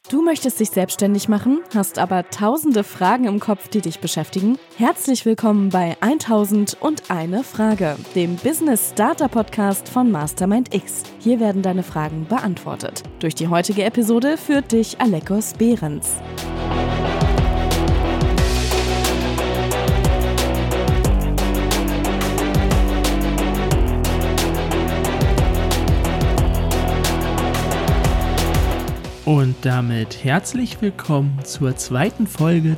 Du möchtest dich selbstständig machen, hast aber tausende Fragen im Kopf, die dich beschäftigen? Herzlich willkommen bei 1001 Frage, dem Business Starter Podcast von Mastermind X. Hier werden deine Fragen beantwortet. Durch die heutige Episode führt dich Alekos Behrens. Und damit herzlich willkommen zur zweiten Folge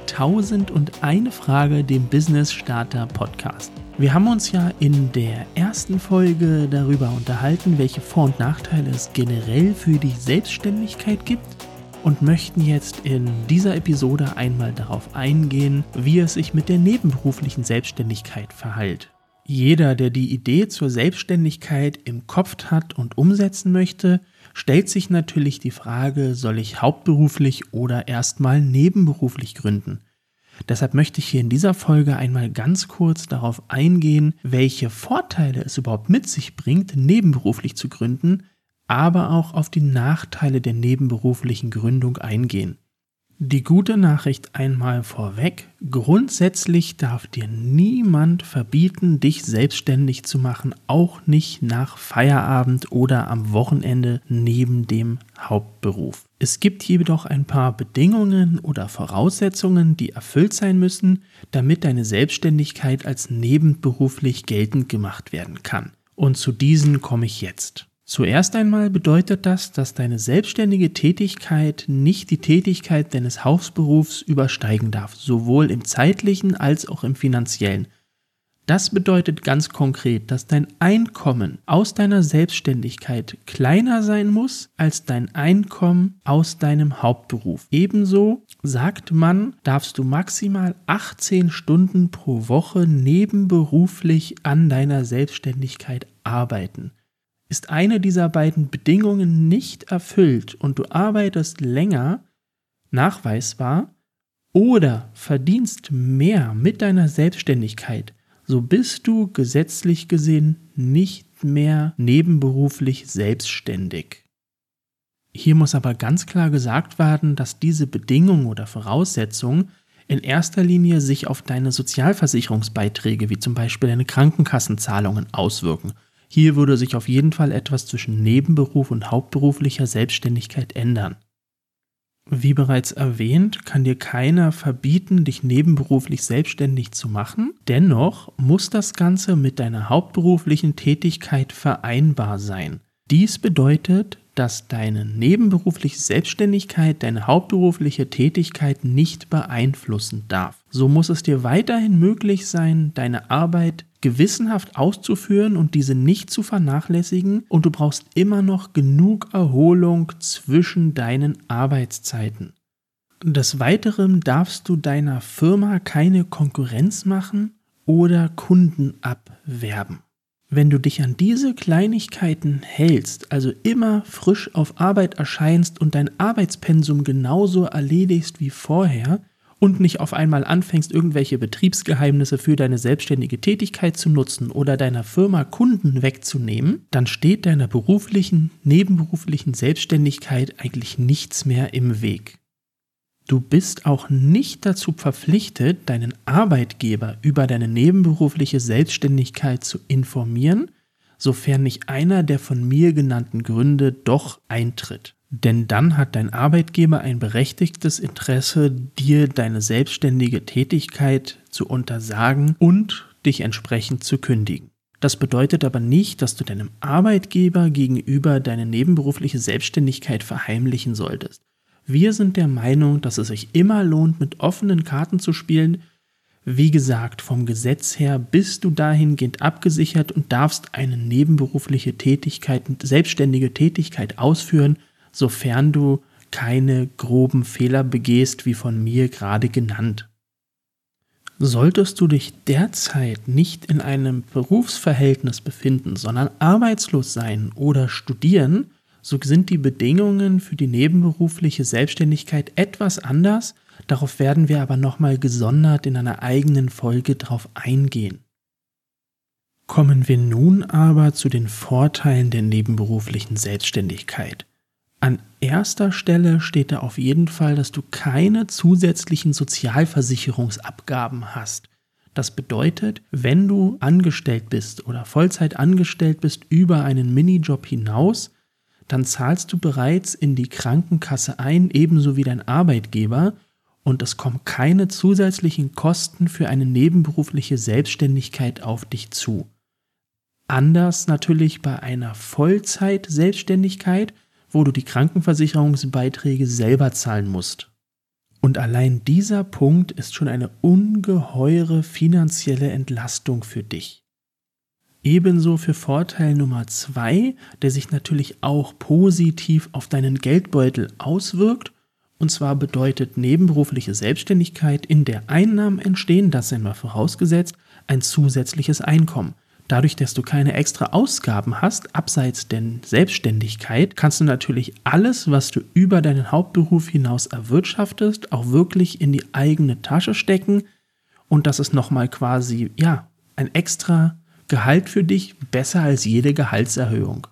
1001 Frage, dem Business Starter Podcast. Wir haben uns ja in der ersten Folge darüber unterhalten, welche Vor- und Nachteile es generell für die Selbstständigkeit gibt und möchten jetzt in dieser Episode einmal darauf eingehen, wie es sich mit der nebenberuflichen Selbstständigkeit verhält. Jeder, der die Idee zur Selbstständigkeit im Kopf hat und umsetzen möchte, stellt sich natürlich die Frage, soll ich hauptberuflich oder erstmal nebenberuflich gründen? Deshalb möchte ich hier in dieser Folge einmal ganz kurz darauf eingehen, welche Vorteile es überhaupt mit sich bringt, nebenberuflich zu gründen, aber auch auf die Nachteile der nebenberuflichen Gründung eingehen. Die gute Nachricht einmal vorweg: Grundsätzlich darf dir niemand verbieten, dich selbstständig zu machen, auch nicht nach Feierabend oder am Wochenende neben dem Hauptberuf. Es gibt jedoch ein paar Bedingungen oder Voraussetzungen, die erfüllt sein müssen, damit deine Selbstständigkeit als nebenberuflich geltend gemacht werden kann. Und zu diesen komme ich jetzt. Zuerst einmal bedeutet das, dass deine selbstständige Tätigkeit nicht die Tätigkeit deines Hauptberufs übersteigen darf, sowohl im zeitlichen als auch im finanziellen. Das bedeutet ganz konkret, dass dein Einkommen aus deiner Selbstständigkeit kleiner sein muss als dein Einkommen aus deinem Hauptberuf. Ebenso, sagt man, darfst du maximal 18 Stunden pro Woche nebenberuflich an deiner Selbstständigkeit arbeiten. Ist eine dieser beiden Bedingungen nicht erfüllt und du arbeitest länger, nachweisbar, oder verdienst mehr mit deiner Selbstständigkeit, so bist du gesetzlich gesehen nicht mehr nebenberuflich selbstständig. Hier muss aber ganz klar gesagt werden, dass diese Bedingung oder Voraussetzung in erster Linie sich auf deine Sozialversicherungsbeiträge, wie zum Beispiel deine Krankenkassenzahlungen, auswirken. Hier würde sich auf jeden Fall etwas zwischen Nebenberuf und hauptberuflicher Selbstständigkeit ändern. Wie bereits erwähnt, kann dir keiner verbieten, dich nebenberuflich selbstständig zu machen. Dennoch muss das Ganze mit deiner hauptberuflichen Tätigkeit vereinbar sein. Dies bedeutet, dass deine nebenberufliche Selbstständigkeit deine hauptberufliche Tätigkeit nicht beeinflussen darf. So muss es dir weiterhin möglich sein, deine Arbeit gewissenhaft auszuführen und diese nicht zu vernachlässigen, und du brauchst immer noch genug Erholung zwischen deinen Arbeitszeiten. Des Weiteren darfst du deiner Firma keine Konkurrenz machen oder Kunden abwerben. Wenn du dich an diese Kleinigkeiten hältst, also immer frisch auf Arbeit erscheinst und dein Arbeitspensum genauso erledigst wie vorher und nicht auf einmal anfängst, irgendwelche Betriebsgeheimnisse für deine selbstständige Tätigkeit zu nutzen oder deiner Firma Kunden wegzunehmen, dann steht deiner nebenberuflichen Selbstständigkeit eigentlich nichts mehr im Weg. Du bist auch nicht dazu verpflichtet, deinen Arbeitgeber über deine nebenberufliche Selbstständigkeit zu informieren, sofern nicht einer der von mir genannten Gründe doch eintritt. Denn dann hat dein Arbeitgeber ein berechtigtes Interesse, dir deine selbstständige Tätigkeit zu untersagen und dich entsprechend zu kündigen. Das bedeutet aber nicht, dass du deinem Arbeitgeber gegenüber deine nebenberufliche Selbstständigkeit verheimlichen solltest. Wir sind der Meinung, dass es sich immer lohnt, mit offenen Karten zu spielen. Wie gesagt, vom Gesetz her bist du dahingehend abgesichert und darfst eine nebenberufliche Tätigkeit, selbstständige Tätigkeit ausführen, sofern du keine groben Fehler begehst, wie von mir gerade genannt. Solltest du dich derzeit nicht in einem Berufsverhältnis befinden, sondern arbeitslos sein oder studieren, so sind die Bedingungen für die nebenberufliche Selbstständigkeit etwas anders. Darauf werden wir aber nochmal gesondert in einer eigenen Folge drauf eingehen. Kommen wir nun aber zu den Vorteilen der nebenberuflichen Selbstständigkeit. An erster Stelle steht da auf jeden Fall, dass du keine zusätzlichen Sozialversicherungsabgaben hast. Das bedeutet, wenn du angestellt bist oder Vollzeit angestellt bist über einen Minijob hinaus, dann zahlst du bereits in die Krankenkasse ein, ebenso wie dein Arbeitgeber, und es kommen keine zusätzlichen Kosten für eine nebenberufliche Selbstständigkeit auf dich zu. Anders natürlich bei einer Vollzeit-Selbstständigkeit, wo du die Krankenversicherungsbeiträge selber zahlen musst. Und allein dieser Punkt ist schon eine ungeheure finanzielle Entlastung für dich. Ebenso für Vorteil Nummer 2, der sich natürlich auch positiv auf deinen Geldbeutel auswirkt. Und zwar bedeutet nebenberufliche Selbstständigkeit, in der Einnahmen entstehen, das einmal vorausgesetzt, ein zusätzliches Einkommen. Dadurch, dass du keine extra Ausgaben hast, abseits der Selbstständigkeit, kannst du natürlich alles, was du über deinen Hauptberuf hinaus erwirtschaftest, auch wirklich in die eigene Tasche stecken. Und das ist nochmal quasi, ein extra Gehalt für dich, besser als jede Gehaltserhöhung.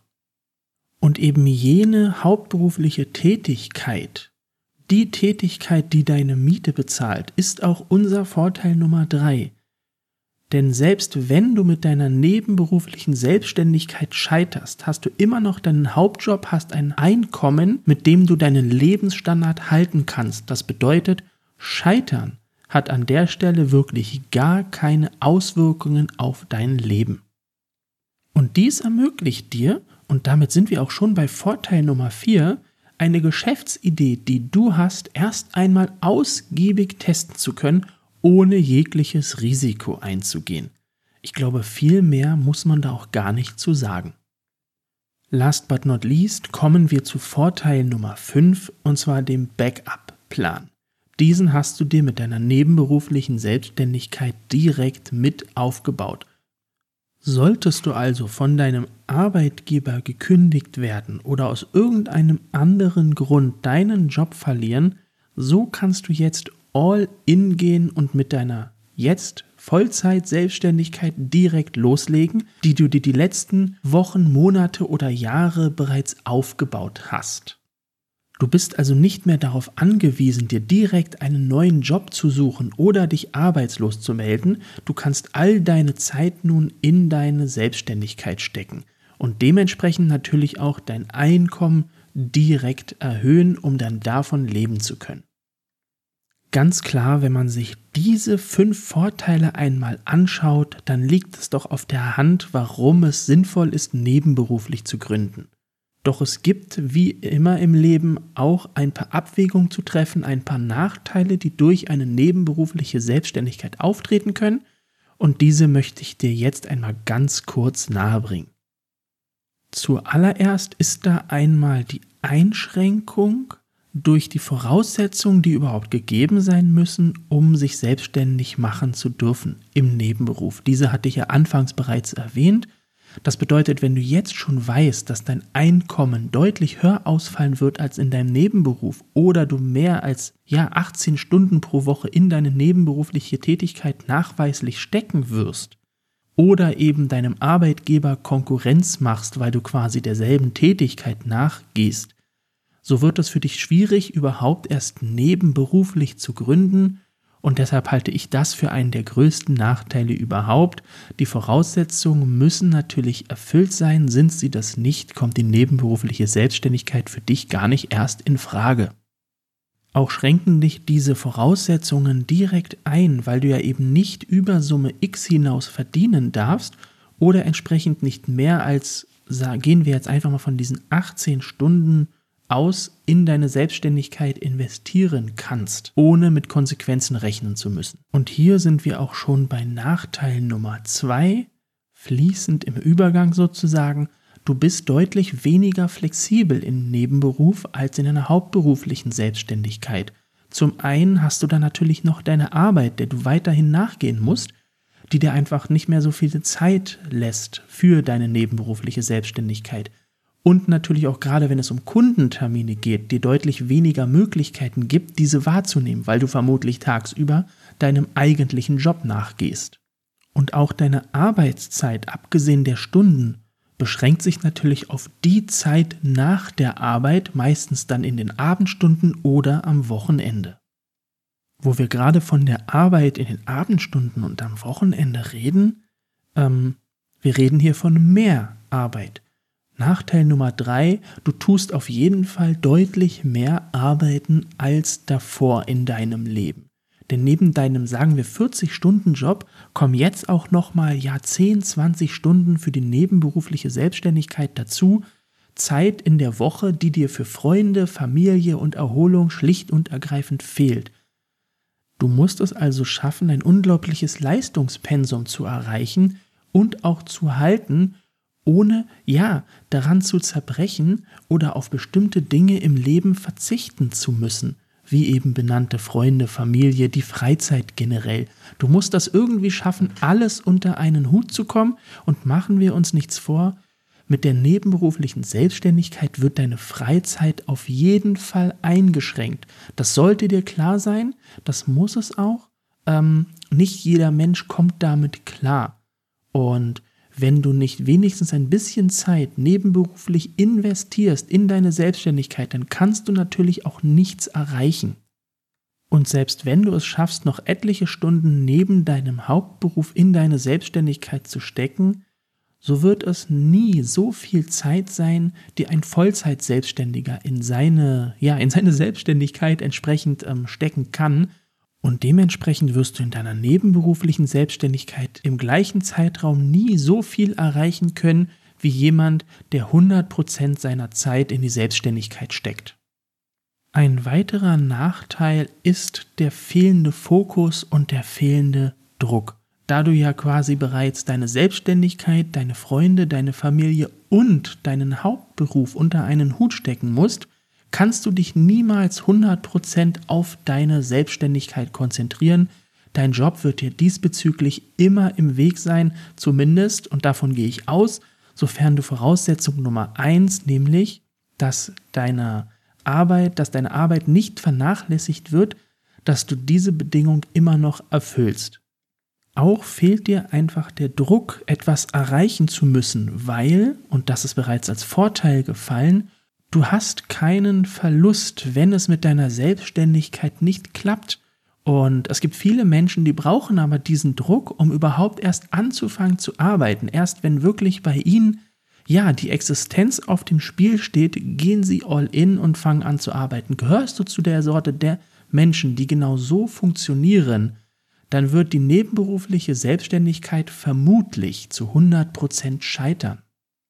Und eben jene hauptberufliche Tätigkeit, die Tätigkeit, die deine Miete bezahlt, ist auch unser Vorteil Nummer 3. Denn selbst wenn du mit deiner nebenberuflichen Selbstständigkeit scheiterst, hast du immer noch deinen Hauptjob, hast ein Einkommen, mit dem du deinen Lebensstandard halten kannst. Das bedeutet, Scheitern hat an der Stelle wirklich gar keine Auswirkungen auf dein Leben. Und dies ermöglicht dir, und damit sind wir auch schon bei Vorteil Nummer 4, eine Geschäftsidee, die du hast, erst einmal ausgiebig testen zu können, ohne jegliches Risiko einzugehen. Ich glaube, viel mehr muss man da auch gar nicht zu sagen. Last but not least kommen wir zu Vorteil Nummer 5, und zwar dem Backup-Plan. Diesen hast du dir mit deiner nebenberuflichen Selbstständigkeit direkt mit aufgebaut. Solltest du also von deinem Arbeitgeber gekündigt werden oder aus irgendeinem anderen Grund deinen Job verlieren, so kannst du jetzt all in gehen und mit deiner jetzt Vollzeit-Selbstständigkeit direkt loslegen, die du dir die letzten Wochen, Monate oder Jahre bereits aufgebaut hast. Du bist also nicht mehr darauf angewiesen, dir direkt einen neuen Job zu suchen oder dich arbeitslos zu melden. Du kannst all deine Zeit nun in deine Selbstständigkeit stecken und dementsprechend natürlich auch dein Einkommen direkt erhöhen, um dann davon leben zu können. Ganz klar, wenn man sich diese 5 Vorteile einmal anschaut, dann liegt es doch auf der Hand, warum es sinnvoll ist, nebenberuflich zu gründen. Doch es gibt, wie immer im Leben, auch ein paar Abwägungen zu treffen, ein paar Nachteile, die durch eine nebenberufliche Selbstständigkeit auftreten können, und diese möchte ich dir jetzt einmal ganz kurz nahebringen. Zuallererst ist da einmal die Einschränkung durch die Voraussetzungen, die überhaupt gegeben sein müssen, um sich selbstständig machen zu dürfen im Nebenberuf. Diese hatte ich ja anfangs bereits erwähnt. Das bedeutet, wenn du jetzt schon weißt, dass dein Einkommen deutlich höher ausfallen wird als in deinem Nebenberuf oder du mehr als 18 Stunden pro Woche in deine nebenberufliche Tätigkeit nachweislich stecken wirst oder eben deinem Arbeitgeber Konkurrenz machst, weil du quasi derselben Tätigkeit nachgehst, so wird es für dich schwierig, überhaupt erst nebenberuflich zu gründen, und deshalb halte ich das für einen der größten Nachteile überhaupt. Die Voraussetzungen müssen natürlich erfüllt sein, sind sie das nicht, kommt die nebenberufliche Selbstständigkeit für dich gar nicht erst in Frage. Auch schränken dich diese Voraussetzungen direkt ein, weil du ja eben nicht über Summe X hinaus verdienen darfst oder entsprechend nicht mehr als, gehen wir jetzt einfach mal von diesen 18 Stunden aus, in deine Selbstständigkeit investieren kannst, ohne mit Konsequenzen rechnen zu müssen. Und hier sind wir auch schon bei Nachteil Nummer 2, fließend im Übergang sozusagen. Du bist deutlich weniger flexibel im Nebenberuf als in einer hauptberuflichen Selbstständigkeit. Zum einen hast du dann natürlich noch deine Arbeit, der du weiterhin nachgehen musst, die dir einfach nicht mehr so viel Zeit lässt für deine nebenberufliche Selbstständigkeit. Und natürlich auch gerade, wenn es um Kundentermine geht, dir deutlich weniger Möglichkeiten gibt, diese wahrzunehmen, weil du vermutlich tagsüber deinem eigentlichen Job nachgehst. Und auch deine Arbeitszeit, abgesehen der Stunden, beschränkt sich natürlich auf die Zeit nach der Arbeit, meistens dann in den Abendstunden oder am Wochenende. Wo wir gerade von der Arbeit in den Abendstunden und am Wochenende reden, wir reden hier von mehr Arbeit. Nachteil Nummer 3, du tust auf jeden Fall deutlich mehr arbeiten als davor in deinem Leben. Denn neben deinem, sagen wir, 40-Stunden-Job kommen jetzt auch nochmal 10, 20 Stunden für die nebenberufliche Selbstständigkeit dazu. Zeit in der Woche, die dir für Freunde, Familie und Erholung schlicht und ergreifend fehlt. Du musst es also schaffen, ein unglaubliches Leistungspensum zu erreichen und auch zu halten, ohne, daran zu zerbrechen oder auf bestimmte Dinge im Leben verzichten zu müssen, wie eben benannte Freunde, Familie, die Freizeit generell. Du musst das irgendwie schaffen, alles unter einen Hut zu kommen, und machen wir uns nichts vor, mit der nebenberuflichen Selbstständigkeit wird deine Freizeit auf jeden Fall eingeschränkt. Das sollte dir klar sein, das muss es auch. Nicht jeder Mensch kommt damit klar. Und wenn du nicht wenigstens ein bisschen Zeit nebenberuflich investierst in deine Selbstständigkeit, dann kannst du natürlich auch nichts erreichen. Und selbst wenn du es schaffst, noch etliche Stunden neben deinem Hauptberuf in deine Selbstständigkeit zu stecken, so wird es nie so viel Zeit sein, die ein Vollzeit-Selbstständiger in seine Selbstständigkeit entsprechend stecken kann. Und dementsprechend wirst du in deiner nebenberuflichen Selbstständigkeit im gleichen Zeitraum nie so viel erreichen können, wie jemand, der 100% seiner Zeit in die Selbstständigkeit steckt. Ein weiterer Nachteil ist der fehlende Fokus und der fehlende Druck. Da du ja quasi bereits deine Selbstständigkeit, deine Freunde, deine Familie und deinen Hauptberuf unter einen Hut stecken musst, kannst du dich niemals 100% auf deine Selbstständigkeit konzentrieren. Dein Job wird dir diesbezüglich immer im Weg sein, zumindest, und davon gehe ich aus, sofern du Voraussetzung Nummer 1, nämlich, dass deine Arbeit nicht vernachlässigt wird, dass du diese Bedingung immer noch erfüllst. Auch fehlt dir einfach der Druck, etwas erreichen zu müssen, weil, und das ist bereits als Vorteil gefallen, du hast keinen Verlust, wenn es mit deiner Selbstständigkeit nicht klappt. Und es gibt viele Menschen, die brauchen aber diesen Druck, um überhaupt erst anzufangen zu arbeiten. Erst wenn wirklich bei ihnen, die Existenz auf dem Spiel steht, gehen sie all in und fangen an zu arbeiten. Gehörst du zu der Sorte der Menschen, die genau so funktionieren, dann wird die nebenberufliche Selbstständigkeit vermutlich zu 100% scheitern.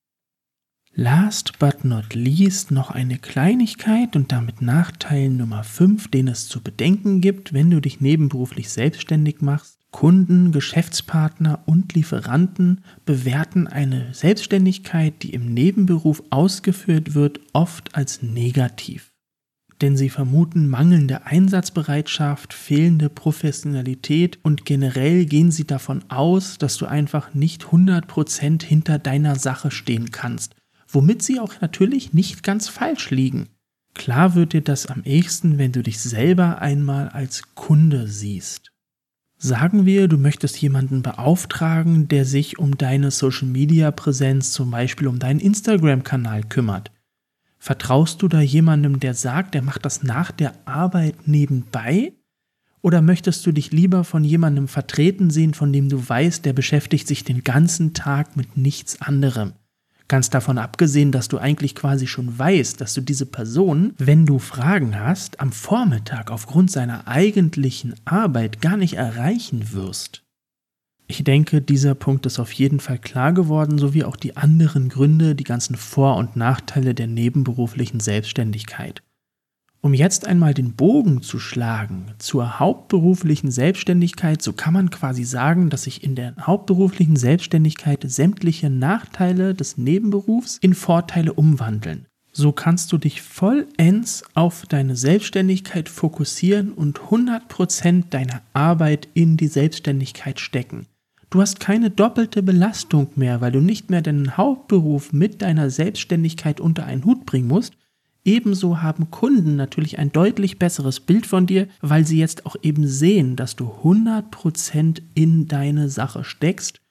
Last but not least noch eine Kleinigkeit und damit Nachteil Nummer 5, den es zu bedenken gibt, wenn du dich nebenberuflich selbstständig machst. Kunden, Geschäftspartner und Lieferanten bewerten eine Selbstständigkeit, die im Nebenberuf ausgeführt wird, oft als negativ. Denn sie vermuten mangelnde Einsatzbereitschaft, fehlende Professionalität und generell gehen sie davon aus, dass du einfach nicht 100% hinter deiner Sache stehen kannst. Womit sie auch natürlich nicht ganz falsch liegen. Klar wird dir das am ehesten, wenn du dich selber einmal als Kunde siehst. Sagen wir, du möchtest jemanden beauftragen, der sich um deine Social-Media-Präsenz, zum Beispiel um deinen Instagram-Kanal kümmert. Vertraust du da jemandem, der sagt, der macht das nach der Arbeit nebenbei? Oder möchtest du dich lieber von jemandem vertreten sehen, von dem du weißt, der beschäftigt sich den ganzen Tag mit nichts anderem? Ganz davon abgesehen, dass du eigentlich quasi schon weißt, dass du diese Person, wenn du Fragen hast, am Vormittag aufgrund seiner eigentlichen Arbeit gar nicht erreichen wirst. Ich denke, dieser Punkt ist auf jeden Fall klar geworden, sowie auch die anderen Gründe, die ganzen Vor- und Nachteile der nebenberuflichen Selbstständigkeit. Um jetzt einmal den Bogen zu schlagen zur hauptberuflichen Selbstständigkeit, so kann man quasi sagen, dass sich in der hauptberuflichen Selbstständigkeit sämtliche Nachteile des Nebenberufs in Vorteile umwandeln. So kannst du dich vollends auf deine Selbstständigkeit fokussieren und 100% deiner Arbeit in die Selbstständigkeit stecken. Du hast keine doppelte Belastung mehr, weil du nicht mehr deinen Hauptberuf mit deiner Selbstständigkeit unter einen Hut bringen musst. Ebenso haben Kunden natürlich ein deutlich besseres Bild von dir, weil sie jetzt auch eben sehen, dass du 100% in deine Sache steckst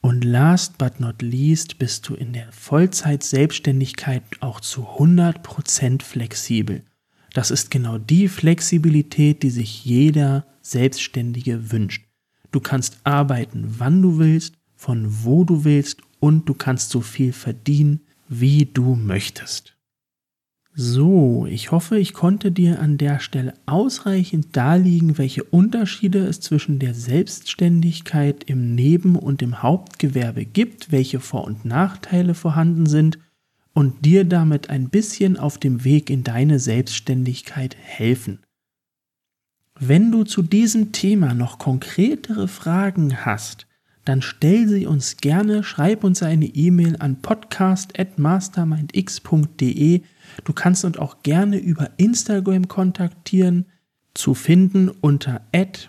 Und last but not least bist du in der Vollzeit-Selbstständigkeit auch zu 100% flexibel. Das ist genau die Flexibilität, die sich jeder Selbstständige wünscht. Du kannst arbeiten, wann du willst, von wo du willst und du kannst so viel verdienen, wie du möchtest. So, ich hoffe, ich konnte dir an der Stelle ausreichend darlegen, welche Unterschiede es zwischen der Selbstständigkeit im Neben- und im Hauptgewerbe gibt, welche Vor- und Nachteile vorhanden sind und dir damit ein bisschen auf dem Weg in deine Selbstständigkeit helfen. Wenn du zu diesem Thema noch konkretere Fragen hast, dann stell sie uns gerne, schreib uns eine E-Mail an podcast@mastermindx.de. Du kannst uns auch gerne über Instagram kontaktieren, zu finden unter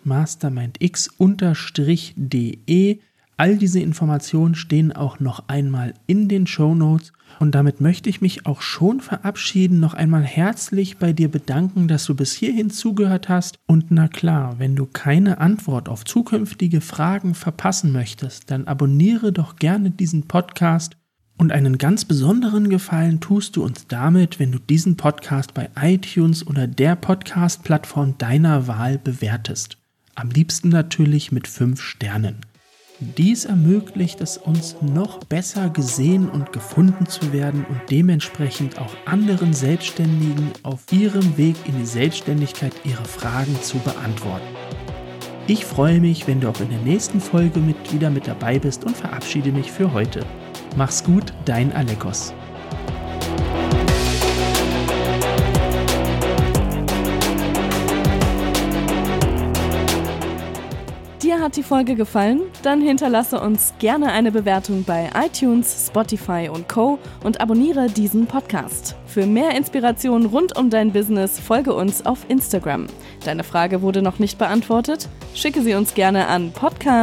@mastermindx_de. All diese Informationen stehen auch noch einmal in den Shownotes. Und damit möchte ich mich auch schon verabschieden, noch einmal herzlich bei dir bedanken, dass du bis hierhin zugehört hast. Und na klar, wenn du keine Antwort auf zukünftige Fragen verpassen möchtest, dann abonniere doch gerne diesen Podcast. Und einen ganz besonderen Gefallen tust du uns damit, wenn du diesen Podcast bei iTunes oder der Podcast-Plattform deiner Wahl bewertest. Am liebsten natürlich mit 5 Sternen. Dies ermöglicht es uns, noch besser gesehen und gefunden zu werden und dementsprechend auch anderen Selbstständigen auf ihrem Weg in die Selbstständigkeit ihre Fragen zu beantworten. Ich freue mich, wenn du auch in der nächsten Folge wieder mit dabei bist und verabschiede mich für heute. Mach's gut, dein Alekos. Dir hat die Folge gefallen? Dann hinterlasse uns gerne eine Bewertung bei iTunes, Spotify und Co. und abonniere diesen Podcast. Für mehr Inspiration rund um dein Business folge uns auf Instagram. Deine Frage wurde noch nicht beantwortet? Schicke sie uns gerne an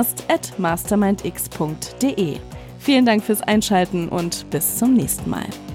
podcast@mastermindx.de. Vielen Dank fürs Einschalten und bis zum nächsten Mal.